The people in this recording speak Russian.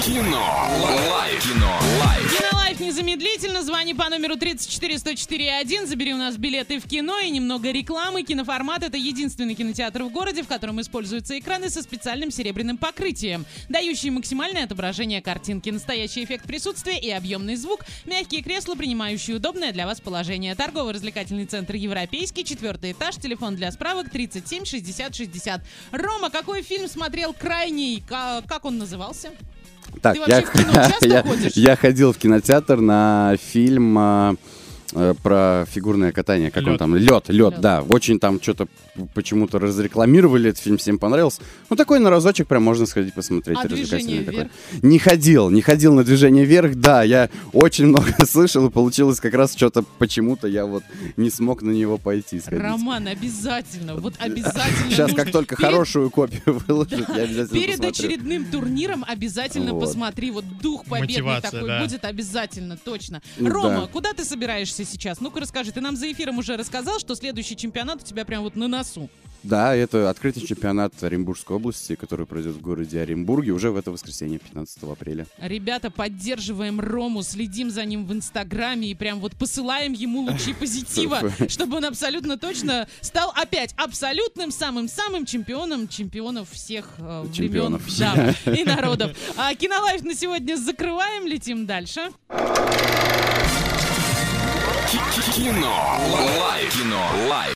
Кино. Лайф. Кино. Лайф. Кинолайф незамедлительно. Звони по номеру 34-104-1. Забери у нас билеты в кино и немного рекламы. Киноформат — это единственный кинотеатр в городе, в котором используются экраны со специальным серебряным покрытием, дающие максимальное отображение картинки, настоящий эффект присутствия и объемный звук, мягкие кресла, принимающие удобное для вас положение. Торгово-развлекательный центр «Европейский», 4-й этаж, телефон для справок 37 60 60. Рома, какой фильм смотрел крайний? Как он назывался? Так, Ты вообще в кино часто ходишь? я ходил в кинотеатр на фильм про фигурное катание. Как он там? Лед, да. Очень там что-то почему-то разрекламировали. Этот фильм всем понравился. Ну, такой на разочек прям можно сходить посмотреть. А «Движение вверх»? Не ходил на «Движение вверх». Да, я очень много слышал, и получилось как раз что-то почему-то я вот не смог на него пойти сходить. Роман, обязательно. Вот обязательно Сейчас, нужно. как только хорошую копию выложат, я обязательно Перед посмотрю. очередным турниром обязательно Вот. посмотри. Вот дух победный Мотивация, такой да. будет обязательно, точно. Да. Рома, куда ты собираешься сейчас? Ну-ка расскажи. Ты нам за эфиром уже рассказал, что следующий чемпионат у тебя прям вот на носу. Да, это открытый чемпионат Оренбургской области, который пройдет в городе Оренбурге уже в это воскресенье, 15 апреля. Ребята, поддерживаем Рому, следим за ним в Инстаграме и прям вот посылаем ему лучи позитива, чтобы он абсолютно точно стал опять абсолютным самым-самым чемпионом чемпионов всех времен, Чемпионов. да, и народов. А Кинолайф на сегодня закрываем, летим дальше. Кино. Лайф. Кино. Лайф.